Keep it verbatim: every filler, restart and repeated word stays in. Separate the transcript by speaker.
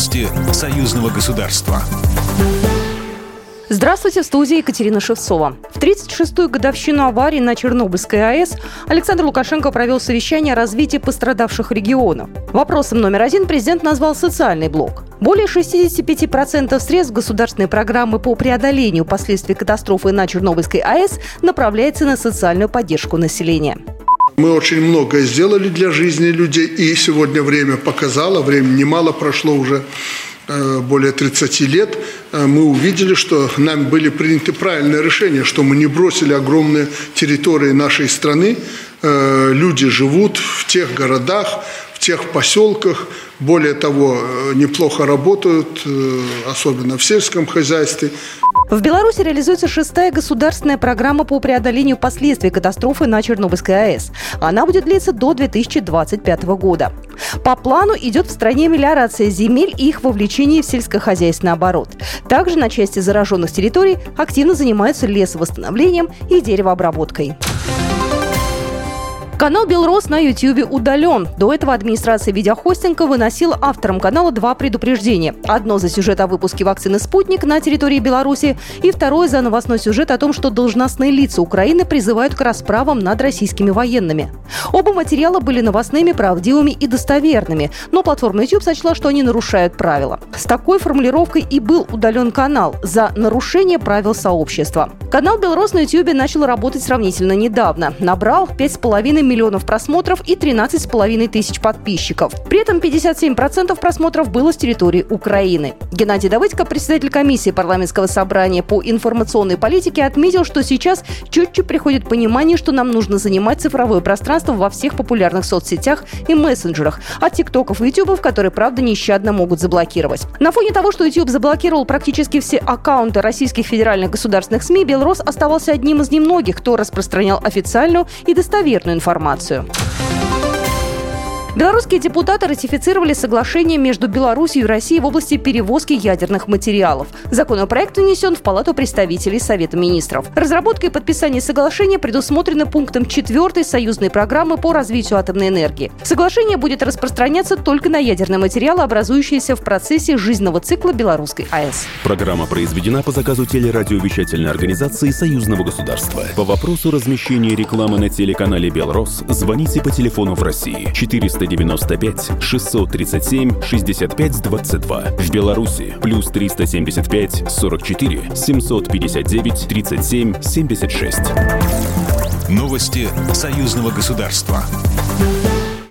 Speaker 1: Новости союзного государства.
Speaker 2: Здравствуйте, в студии Екатерина Шевцова. В тридцать шестую годовщину аварии на Чернобыльской АЭС Александр Лукашенко провел совещание о развитии пострадавших регионов. Вопросом номер один президент назвал социальный блок. Более шестьдесят пять процентов средств государственной программы по преодолению последствий катастрофы на Чернобыльской АЭС направляется на социальную поддержку населения.
Speaker 3: Мы очень многое сделали для жизни людей, и сегодня время показало, времени немало прошло уже, более тридцати лет, мы увидели, что нами были приняты правильные решения, что мы не бросили огромные территории нашей страны. Люди живут в тех городах, в тех поселках, более того, неплохо работают, особенно в сельском хозяйстве.
Speaker 2: В Беларуси реализуется шестая государственная программа по преодолению последствий катастрофы на Чернобыльской АЭС. Она будет длиться до две тысячи двадцать пятого года. По плану идет в стране мелиорация земель и их вовлечение в сельскохозяйственный оборот. Также на части зараженных территорий активно занимаются лесовосстановлением и деревообработкой. Канал «Белрос» на Ютьюбе удален. До этого администрация видеохостинга выносила авторам канала два предупреждения. Одно за сюжет о выпуске вакцины «Спутник» на территории Беларуси и второе за новостной сюжет о том, что должностные лица Украины призывают к расправам над российскими военными. Оба материала были новостными, правдивыми и достоверными, но платформа YouTube сочла, что они нарушают правила. С такой формулировкой и был удален канал за нарушение правил сообщества. Канал «Белрос» на Ютьюбе начал работать сравнительно недавно. Набрал пять с половиной миллионов просмотров и тринадцать с половиной тысяч подписчиков. При этом пятьдесят семь процентов просмотров было с территории Украины. Геннадий Давыдько, председатель комиссии парламентского собрания по информационной политике, отметил, что сейчас четче приходит понимание, что нам нужно занимать цифровое пространство во всех популярных соцсетях и мессенджерах, от тиктоков и ютубов, которые, правда, нещадно могут заблокировать. На фоне того, что YouTube заблокировал практически все аккаунты российских федеральных государственных СМИ, «Белрос» оставался одним из немногих, кто распространял официальную и достоверную информацию. Белорусские депутаты ратифицировали соглашение между Беларусью и Россией в области перевозки ядерных материалов. Законопроект внесен в Палату представителей Совета министров. Разработка и подписание соглашения предусмотрены пунктом четвёртой союзной программы по развитию атомной энергии. Соглашение будет распространяться только на ядерные материалы, образующиеся в процессе жизненного цикла белорусской АЭС.
Speaker 4: Программа произведена по заказу телерадиовещательной организации Союзного государства. По вопросу размещения рекламы на телеканале «Белрос» звоните по телефону в России четыреста девяносто пять шестьсот тридцать семь шестьдесят пять двадцать два. В Беларуси плюс триста семьдесят пять сорок четыре семьсот пятьдесят девять тридцать семь семьдесят шесть.
Speaker 1: Новости союзного государства.